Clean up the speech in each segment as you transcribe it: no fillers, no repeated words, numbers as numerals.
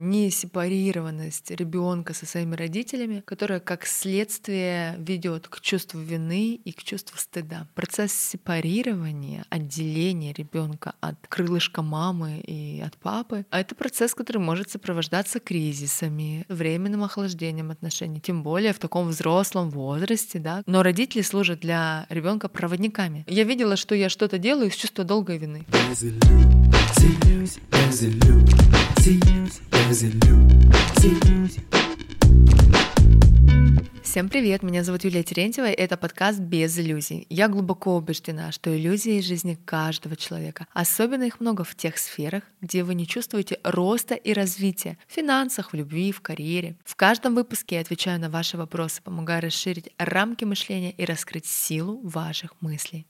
несепарированность ребенка со своими родителями, которая как следствие ведет к чувству вины и к чувству стыда. Процесс сепарирования, отделения ребенка от крылышка мамы и от папы, а это процесс, который может сопровождаться кризисами, временным охлаждением отношений, тем более в таком взрослом возрасте, да. Но родители служат для ребенка проводниками. Я видела, что я что-то делаю из чувства долга и вины. Всем привет, меня зовут Юлия Терентьева, и это подкаст «Без иллюзий». Я глубоко убеждена, что иллюзии из жизни каждого человека. Особенно их много в тех сферах, где вы не чувствуете роста и развития. В финансах, в любви, в карьере. В каждом выпуске я отвечаю на ваши вопросы, помогая расширить рамки мышления и раскрыть силу ваших мыслей.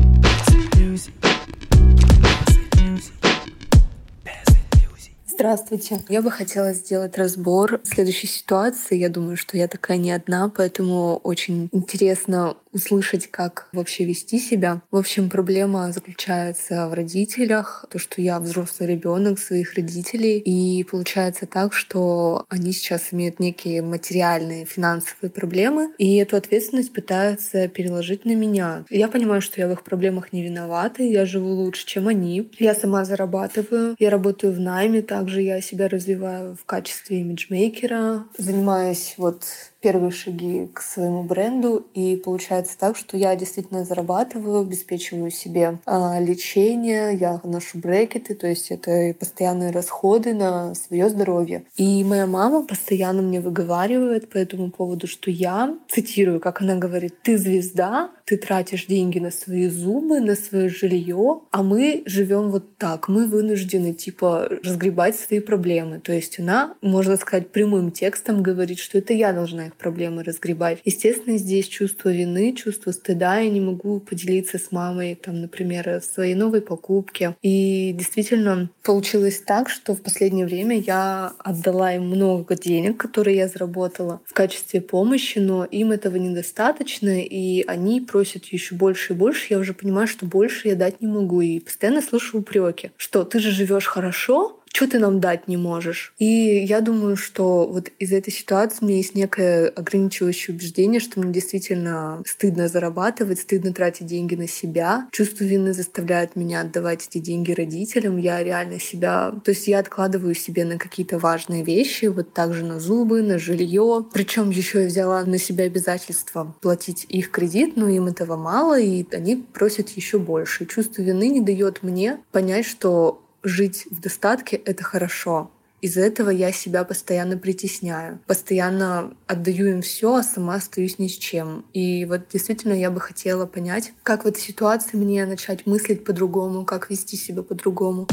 Здравствуйте. Я бы хотела сделать разбор следующей ситуации. Я думаю, что я такая не одна, поэтому очень интересно услышать, как вообще вести себя. В общем, проблема заключается в родителях, то, что я взрослый ребенок своих родителей, и получается так, что они сейчас имеют некие материальные, финансовые проблемы, и эту ответственность пытаются переложить на меня. Я понимаю, что я в их проблемах не виновата, я живу лучше, чем они. Я сама зарабатываю, я работаю в найме, также я себя развиваю в качестве имиджмейкера, занимаюсь первые шаги к своему бренду, и получается так, что я действительно зарабатываю, обеспечиваю себе лечение, я ношу брекеты, то есть это постоянные расходы на свое здоровье. И моя мама постоянно мне выговаривает по этому поводу, что я, цитирую, как она говорит: «Ты звезда, ты тратишь деньги на свои зубы, на свое жилье, а мы живем вот так, мы вынуждены разгребать свои проблемы». То есть она, можно сказать, прямым текстом говорит, что это я должна их проблемы разгребать. Естественно, здесь чувство вины, чувство стыда. Я не могу поделиться с мамой, например, о своей новой покупке. И действительно получилось так, что в последнее время я отдала им много денег, которые я заработала в качестве помощи, но им этого недостаточно, и они просят еще больше и больше. Я уже понимаю, что больше я дать не могу. И постоянно слышу упреки, что ты же живешь хорошо, что ты нам дать не можешь? И я думаю, что из этой ситуации у меня есть некое ограничивающее убеждение, что мне действительно стыдно зарабатывать, стыдно тратить деньги на себя. Чувство вины заставляет меня отдавать эти деньги родителям. Я реально себя... То есть я откладываю себе на какие-то важные вещи, также на зубы, на жилье. Причем еще я взяла на себя обязательство платить их кредит, но им этого мало, и они просят еще больше. И чувство вины не дает мне понять, что жить в достатке — это хорошо. Из-за этого я себя постоянно притесняю, постоянно отдаю им все, а сама остаюсь ни с чем. И действительно я бы хотела понять, как в этой ситуации мне начать мыслить по-другому, как вести себя по-другому.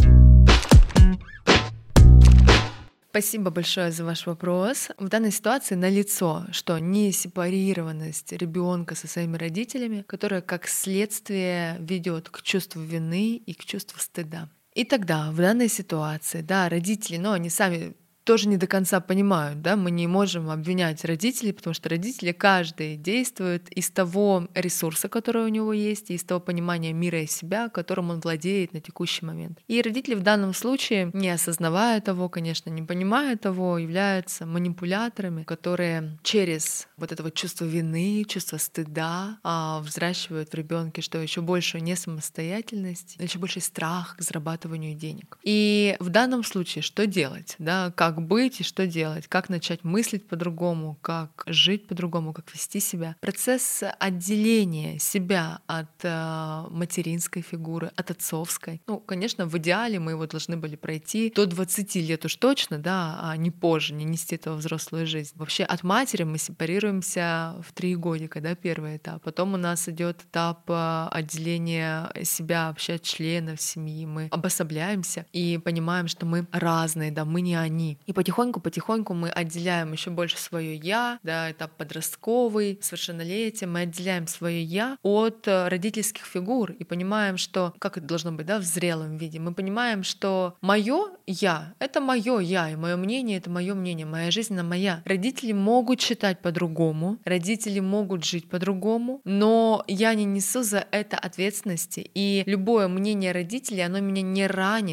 Спасибо большое за ваш вопрос. В данной ситуации налицо, что несепарированность ребенка со своими родителями, которая как следствие ведет к чувству вины и к чувству стыда. И тогда в данной ситуации, родители, они сами тоже не до конца понимают, мы не можем обвинять родителей, потому что родители каждый действует из того ресурса, который у него есть, и из того понимания мира и себя, которым он владеет на текущий момент. И родители в данном случае, не осознавая того, конечно, не понимая того, являются манипуляторами, которые через это чувство вины, чувство стыда взращивают в ребенке, что еще большую несамостоятельность, еще больший страх к зарабатыванию денег. И в данном случае что делать? Как быть и что делать? Как начать мыслить по-другому? Как жить по-другому? Как вести себя? Процесс отделения себя от материнской фигуры, от отцовской. Конечно, в идеале мы его должны были пройти до 20 лет уж точно, а не позже, не нести этого взрослую жизнь. Вообще от матери мы сепарируемся в 3 годика, первый этап. Потом у нас идет этап отделения себя вообще от членов семьи. Мы обособляемся и понимаем, что мы разные, мы не они. И потихоньку мы отделяем еще больше свое я, этап подростковый, совершеннолетие, мы отделяем свое я от родительских фигур и понимаем, что как это должно быть, в зрелом виде. Мы понимаем, что мое я — это мое я, и мое мнение — это мое мнение, моя жизнь — она моя. Родители могут считать по-другому, родители могут жить по-другому, но я не несу за это ответственности, и любое мнение родителей, оно меня не ранит,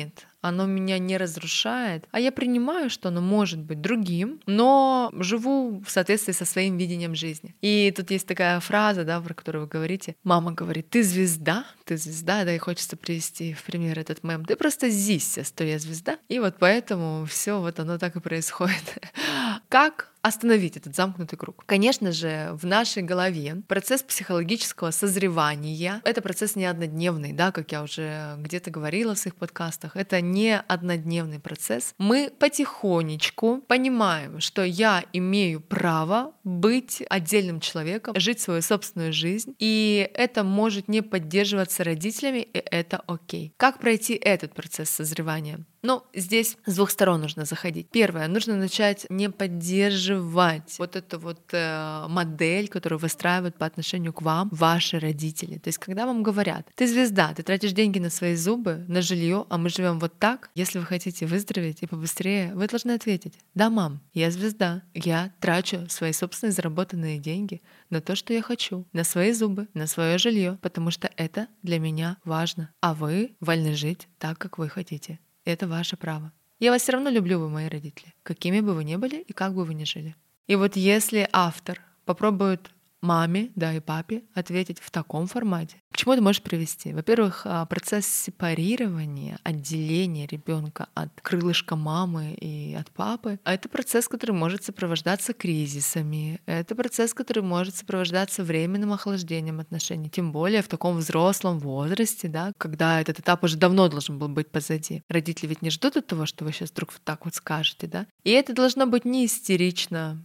оно меня не разрушает, а я принимаю, что оно может быть другим, но живу в соответствии со своим видением жизни. И тут есть такая фраза, да, про которую вы говорите. Мама говорит: ты звезда, да, и хочется привести в пример этот мем. Ты просто зися, что я звезда. И вот поэтому все вот оно так и происходит. Как остановить этот замкнутый круг? Конечно же, в нашей голове процесс психологического созревания — это процесс не однодневный, да, как я уже где-то говорила в своих подкастах, это не однодневный процесс. Мы потихонечку понимаем, что я имею право быть отдельным человеком, жить свою собственную жизнь, и это может не поддерживаться родителями, и это окей. Как пройти этот процесс созревания? Ну, здесь с двух сторон нужно заходить. Первое, нужно начать не поддерживать вот эту вот модель, которую выстраивают по отношению к вам ваши родители. То есть, когда вам говорят: ты звезда, ты тратишь деньги на свои зубы, на жилье, а мы живем вот так. Если вы хотите выздороветь и побыстрее, вы должны ответить: да, мам, я звезда, я трачу свои собственные заработанные деньги на то, что я хочу, на свои зубы, на свое жилье, потому что это для меня важно. А вы вольны жить так, как вы хотите. Это ваше право. Я вас все равно люблю, вы мои родители, какими бы вы ни были и как бы вы ни жили. И вот если автор попробует маме, да, и папе ответить в таком формате, к чему это может привести? Во-первых, процесс сепарирования, отделения ребенка от крылышка мамы и от папы, это процесс, который может сопровождаться кризисами, это процесс, который может сопровождаться временным охлаждением отношений, тем более в таком взрослом возрасте, да, когда этот этап уже давно должен был быть позади. Родители ведь не ждут от того, что вы сейчас вдруг вот так вот скажете, да? И это должно быть не истерично,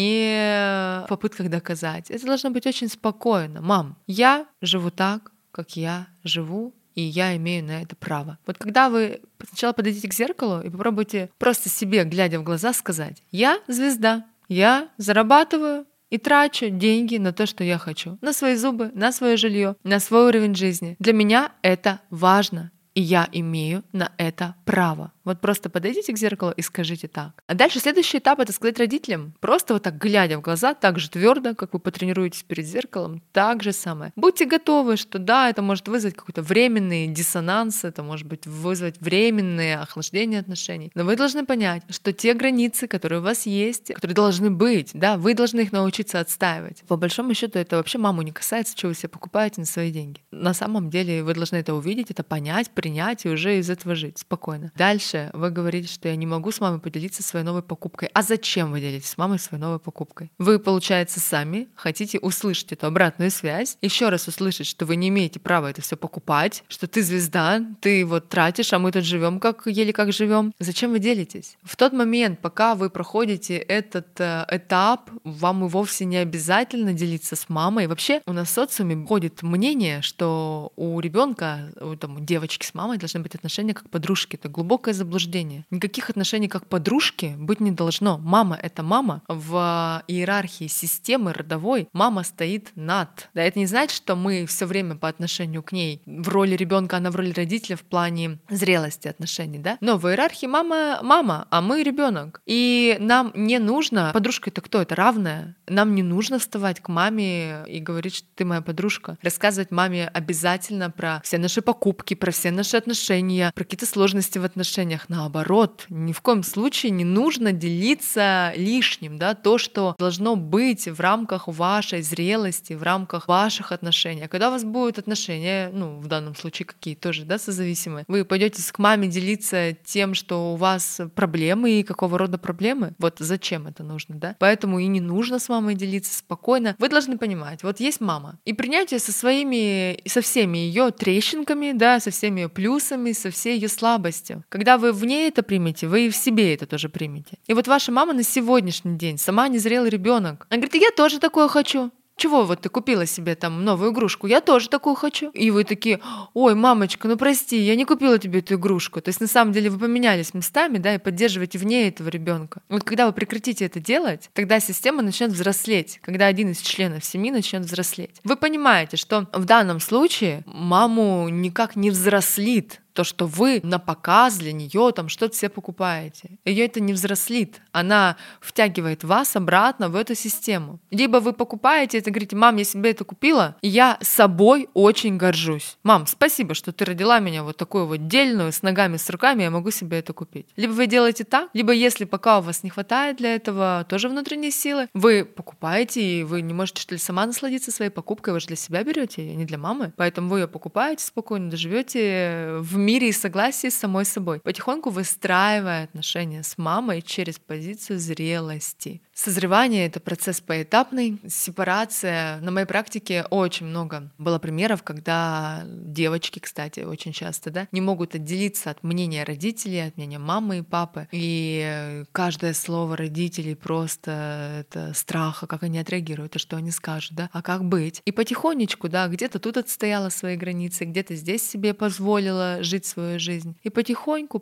не в попытках доказать. Это должно быть очень спокойно. Мам, я живу так, как я живу, и я имею на это право. Вот когда вы сначала подойдите к зеркалу и попробуйте просто себе, глядя в глаза, сказать: я звезда, я зарабатываю и трачу деньги на то, что я хочу, на свои зубы, на свое жилье, на свой уровень жизни. Для меня это важно, и я имею на это право. Вот просто подойдите к зеркалу и скажите так. А дальше следующий этап — это сказать родителям, просто вот так глядя в глаза, так же твердо, как вы потренируетесь перед зеркалом, так же самое. Будьте готовы, что да, это может вызвать какой-то временный диссонанс, это может быть вызвать временное охлаждение отношений. Но вы должны понять, что те границы, которые у вас есть, которые должны быть, да, вы должны их научиться отстаивать. По большому счету это вообще маму не касается, что вы себе покупаете на свои деньги. На самом деле вы должны это увидеть, это понять, принять и уже из этого жить спокойно. Дальше вы говорите, что я не могу с мамой поделиться своей новой покупкой. А зачем вы делитесь с мамой своей новой покупкой? Вы, получается, сами хотите услышать эту обратную связь, еще раз услышать, что вы не имеете права это все покупать, что ты звезда, ты вот тратишь, а мы тут живем как еле как живем. Зачем вы делитесь? В тот момент, пока вы проходите этот этап, вам и вовсе не обязательно делиться с мамой. Вообще у нас в социуме ходит мнение, что у ребенка, у девочки с мамой должны быть отношения как подружки. Это глубокое заблуждение. Никаких отношений как подружки быть не должно. Мама — это мама. В иерархии системы родовой мама стоит над. Да, это не значит, что мы все время по отношению к ней в роли ребенка, она в роли родителя в плане зрелости отношений, да? Но в иерархии мама, а мы ребенок. И нам не нужно, подружка — это кто? Это равная. Нам не нужно вставать к маме и говорить, что ты моя подружка. Рассказывать маме обязательно про все наши покупки, про все наши отношения, про какие-то сложности в отношениях. Наоборот, ни в коем случае не нужно делиться лишним, да, то, что должно быть в рамках вашей зрелости, в рамках ваших отношений. А когда у вас будут отношения, ну, в данном случае какие тоже, да, созависимые, вы пойдете к маме делиться тем, что у вас проблемы и какого рода проблемы, вот зачем это нужно, да? Поэтому и не нужно с мамой делиться спокойно. Вы должны понимать, вот есть мама, и принять ее со всеми ее трещинками, да, со всеми ее плюсами, со всей ее слабостью. Когда вы в ней это примете, вы и в себе это тоже примете. И вот ваша мама на сегодняшний день сама незрелый ребенок. Она говорит: я тоже такое хочу. Чего вот ты купила себе там новую игрушку? Я тоже такую хочу. И вы такие: ой, мамочка, ну прости, я не купила тебе эту игрушку. То есть на самом деле вы поменялись местами, да, и поддерживаете в ней этого ребенка. Вот когда вы прекратите это делать, тогда система начнет взрослеть, когда один из членов семьи начнет взрослеть. Вы понимаете, что в данном случае маму никак не взрослит То, что вы на показ для нее там что-то себе покупаете. Ее это не взрослит. Она втягивает вас обратно в эту систему. Либо вы покупаете это, говорите: мам, я себе это купила, и я собой очень горжусь. Мам, спасибо, что ты родила меня вот такую вот дельную, с ногами, с руками, я могу себе это купить. Либо вы делаете так, либо если пока у вас не хватает для этого тоже внутренней силы, вы покупаете, и вы не можете, что ли, сама насладиться своей покупкой, вы же для себя берете ее, не для мамы. Поэтому вы ее покупаете спокойно, доживете в мире и согласии с самой собой, потихоньку выстраивая отношения с мамой через позицию зрелости. Созревание — это процесс поэтапный. Сепарация. На моей практике очень много было примеров, когда девочки, кстати, очень часто, да, не могут отделиться от мнения родителей, от мнения мамы и папы. И каждое слово родителей просто это страх, как они отреагируют, а что они скажут, да, а как быть. И потихонечку, да, где-то тут отстояла свои границы, где-то здесь себе позволила жить свою жизнь. И потихоньку,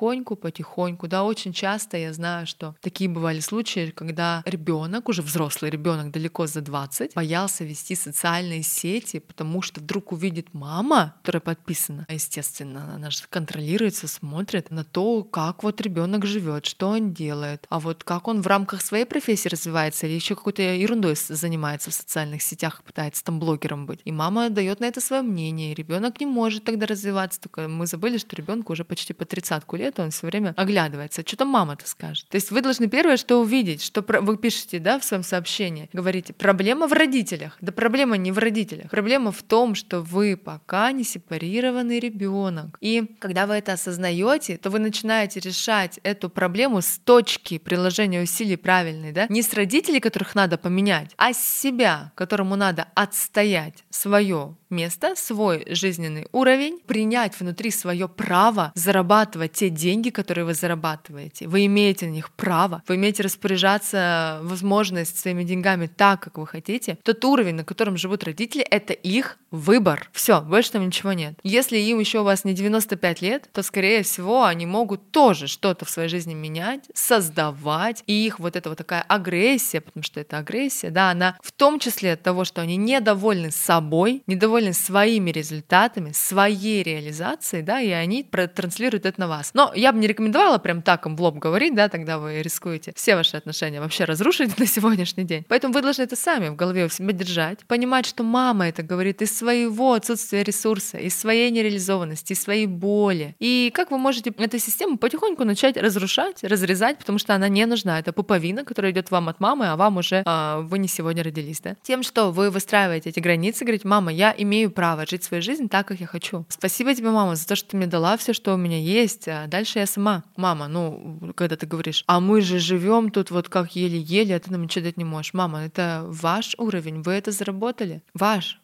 да, очень часто я знаю, что такие бывали случаи, когда ребенок, уже взрослый ребенок, далеко за 20, боялся вести социальные сети, потому что вдруг увидит мама, которая подписана. Естественно, она же контролируется, смотрит на то, как вот ребенок живет, что он делает, а вот как он в рамках своей профессии развивается или еще какой-то ерундой занимается в социальных сетях, пытается там блогером быть. И мама дает на это свое мнение, и ребенок не может тогда развиваться. Только мы забыли, что ребенку уже почти по 30-ку лет, он все время оглядывается. Что там мама-то скажет? То есть вы должны первое, что увидеть, что вы пишете, да, в своем сообщении, говорите: проблема в родителях. Да проблема не в родителях. Проблема в том, что вы пока не сепарированный ребенок. И когда вы это осознаете, то вы начинаете решать эту проблему с точки приложения усилий правильной, да? Не с родителей, которых надо поменять, а с себя, которому надо отстоять свое место, свой жизненный уровень, принять внутри свое право зарабатывать те деньги, которые вы зарабатываете. Вы имеете на них право, вы имеете распоряжаться возможность своими деньгами так, как вы хотите. Тот уровень, на котором живут родители, это их выбор. Все, больше там ничего нет. Если им еще у вас не 95 лет, то, скорее всего, они могут тоже что-то в своей жизни менять, создавать. И их вот эта вот такая агрессия, потому что это агрессия, да, она в том числе от того, что они недовольны собой, недовольны своими результатами, своей реализацией, да, и они транслируют это на вас. Но я бы не рекомендовала прям так им в лоб говорить, да, тогда вы рискуете все ваши отношения вообще разрушить на сегодняшний день. Поэтому вы должны это сами в голове у себя держать, понимать, что мама это говорит из своего отсутствия ресурса, из своей нереализованности, из своей боли. И как вы можете эту систему потихоньку начать разрушать, разрезать, потому что она не нужна. Это пуповина, которая идет вам от мамы, а вам уже вы не сегодня родились, да? Тем, что вы выстраиваете эти границы, говорите: мама, я имею право жить свою жизнь так, как я хочу. Спасибо тебе, мама, за то, что ты мне дала все, что у меня есть, а дальше я сама. Мама, ну, когда ты говоришь: а мы же живем тут вот как еле-еле, а ты нам ничего дать не можешь. Мама, это ваш уровень, вы это заработали. Ваш.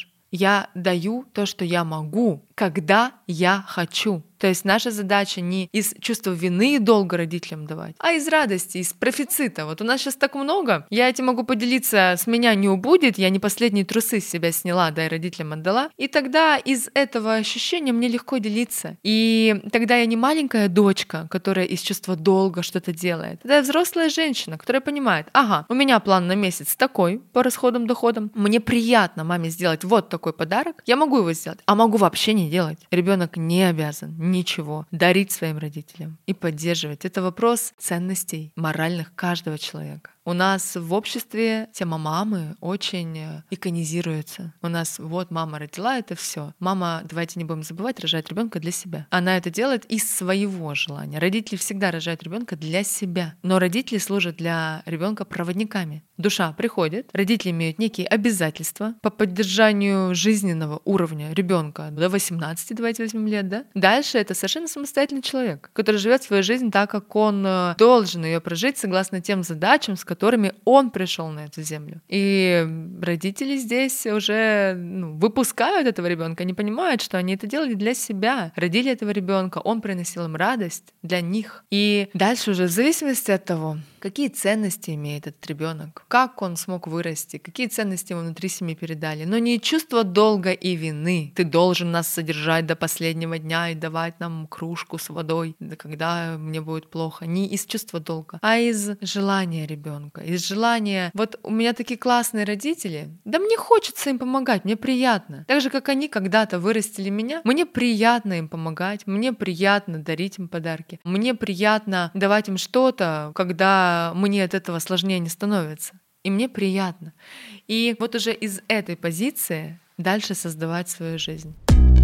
Я даю то, что я могу, когда я хочу. То есть наша задача не из чувства вины и долга родителям давать, а из радости, из профицита. Вот у нас сейчас так много, я этим могу поделиться, с меня не убудет, я не последние трусы с себя сняла, да, и родителям отдала. И тогда из этого ощущения мне легко делиться. И тогда я не маленькая дочка, которая из чувства долга что-то делает. Тогда я взрослая женщина, которая понимает: ага, у меня план на месяц такой по расходам-доходам, мне приятно маме сделать вот такой подарок, я могу его сделать, а могу вообще не делать. Ребенок не обязан ничего дарить своим родителям и поддерживать. Это вопрос ценностей моральных каждого человека. У нас в обществе тема мамы очень иконизируется. У нас вот мама родила, это все. Мама, давайте не будем забывать, рожает ребенка для себя. Она это делает из своего желания. Родители всегда рожают ребенка для себя. Но родители служат для ребенка проводниками. Душа приходит, родители имеют некие обязательства по поддержанию жизненного уровня ребенка до 18, давайте возьмем лет, да? Дальше это совершенно самостоятельный человек, который живет свою жизнь так, как он должен ее прожить согласно тем задачам, с которыми он пришел на эту землю. И родители здесь уже выпускают этого ребенка, они понимают, что они это делали для себя, родили этого ребенка, он приносил им радость для них. И дальше уже в зависимости от того, какие ценности имеет этот ребенок, как он смог вырасти, какие ценности ему внутри семьи передали. Но не чувство долга и вины. Ты должен нас содержать до последнего дня и давать нам кружку с водой, когда мне будет плохо. Не из чувства долга, а из желания ребенка, из желания. Вот у меня такие классные родители, да мне хочется им помогать, мне приятно. Так же, как они когда-то вырастили меня, мне приятно им помогать, мне приятно дарить им подарки, мне приятно давать им что-то, когда мне от этого сложнее не становится. И мне приятно. И вот уже из этой позиции дальше создавать свою жизнь.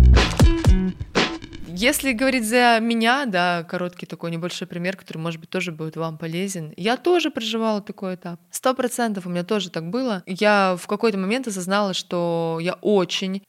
Если говорить за меня, да, короткий такой небольшой пример, который, может быть, тоже будет вам полезен. Я тоже проживала такой этап. 100% у меня тоже так было. Я в какой-то момент осознала, что я очень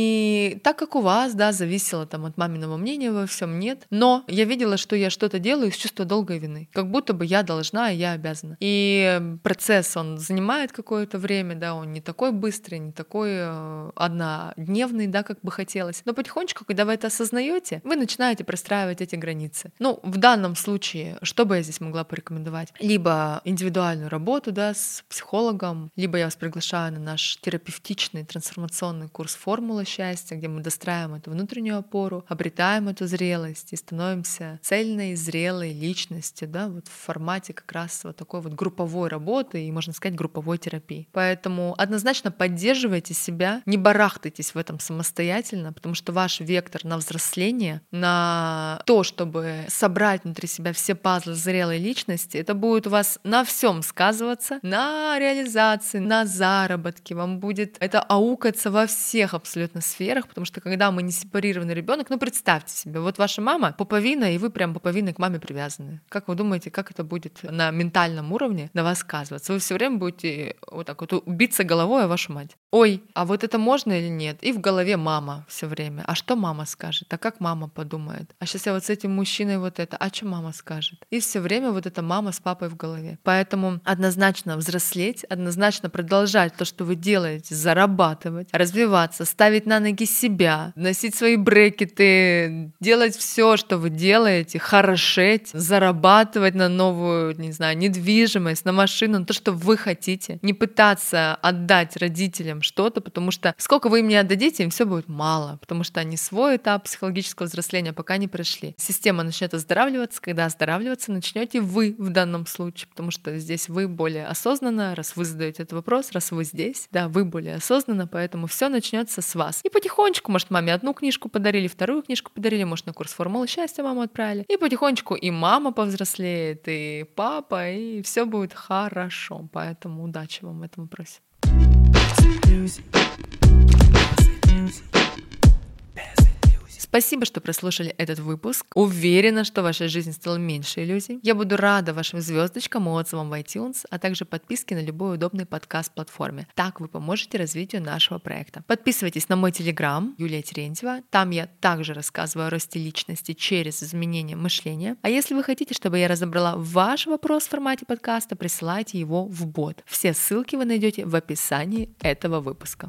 не так, как у вас, да, зависела там от маминого мнения во всем, нет. Но я видела, что я что-то делаю из чувства долга и вины. Как будто бы я должна, и я обязана. И процесс, он занимает какое-то время, да, он не такой быстрый, не такой однодневный, да, как бы хотелось. Но потихонечку, когда вы это осознаете, вы начинаете простраивать эти границы. Ну, в данном случае, что бы я здесь могла порекомендовать? Либо индивидуальную работу, да, с психологом, либо я вас приглашаю на наш терапевтичный трансформационный курс «Формула счастья», где мы достраиваем эту внутреннюю опору, обретаем эту зрелость и становимся цельной, зрелой личностью, да, вот в формате как раз вот такой вот групповой работы и, можно сказать, групповой терапии. Поэтому однозначно поддерживайте себя, не барахтайтесь в этом самостоятельно, потому что ваш вектор на взросление, на то, чтобы собрать внутри себя все пазлы зрелой личности, это будет у вас на всем сказываться, на реализации, на заработке, вам будет это аукаться во всех абсолютно сферах, потому что когда мы не сепарированный ребенок, ну представьте себе, вот ваша мама пуповина, и вы прям пуповиной к маме привязаны. Как вы думаете, как это будет на ментальном уровне на вас сказываться? Вы все время будете вот так вот биться головой о вашу мать. Ой, а вот это можно или нет? И в голове мама все время. А что мама скажет? А как мама подумает? А сейчас я вот с этим мужчиной вот это. А что мама скажет? И все время вот эта мама с папой в голове. Поэтому однозначно взрослеть, однозначно продолжать то, что вы делаете, зарабатывать, развиваться, ставить на ноги себя, носить свои брекеты, делать все, что вы делаете, хорошеть, зарабатывать на новую, не знаю, недвижимость, на машину, на то, что вы хотите. Не пытаться отдать родителям что-то, потому что сколько вы им не отдадите, им все будет мало, потому что они свой этап психологического взросления пока не прошли. Система начнет оздоравливаться, когда оздоравливаться начнете вы в данном случае, потому что здесь вы более осознанно, раз вы задаете этот вопрос, раз вы здесь, да, вы более осознанно, поэтому все начнется с вас. И потихонечку, может, маме одну книжку подарили, вторую книжку подарили, может, на курс «Формулы счастья» маму отправили, и потихонечку и мама повзрослеет, и папа, и все будет хорошо. Поэтому удачи вам в этом вопросе. Спасибо, что прослушали этот выпуск. Уверена, что ваша жизнь стала меньше иллюзий. Я буду рада вашим звездочкам и отзывам в iTunes, а также подписке на любой удобной подкаст-платформе. Так вы поможете развитию нашего проекта. Подписывайтесь на мой телеграм Юлия Терентьева. Там я также рассказываю о росте личности через изменение мышления. А если вы хотите, чтобы я разобрала ваш вопрос в формате подкаста, присылайте его в бот. Все ссылки вы найдете в описании этого выпуска.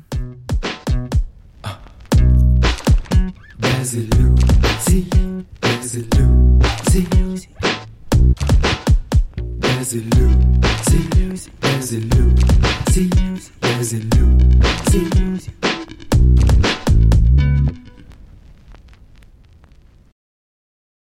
There's a Lucy, there's a Lucy, there's a Lucy, there's a Lucy, there's a Lucy.